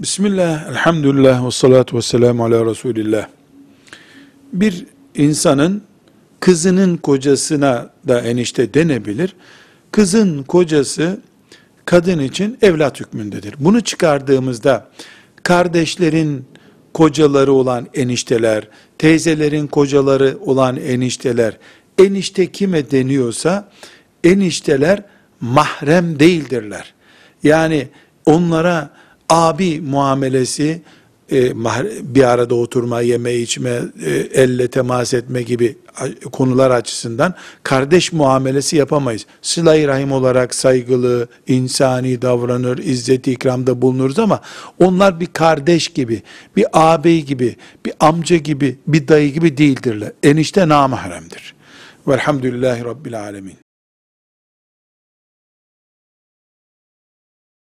Bismillah, elhamdülillah, ve salatu ve selamu ala Resulillah. Bir insanın kızının kocasına da enişte denebilir. Kızın kocası kadın için evlat hükmündedir. Bunu çıkardığımızda kardeşlerin kocaları olan enişteler, teyzelerin kocaları olan enişteler, enişte kime deniyorsa enişteler mahrem değildirler. Yani onlara abi muamelesi, bir arada oturma, yeme içme, elle temas etme gibi konular açısından kardeş muamelesi yapamayız. Sıla-i rahim olarak saygılı, insani davranır, izzet-i ikramda bulunuruz ama onlar bir kardeş gibi, bir ağabey gibi, bir amca gibi, bir dayı gibi değildirler. Enişte namahremdir. Velhamdülillahi Rabbil alemin.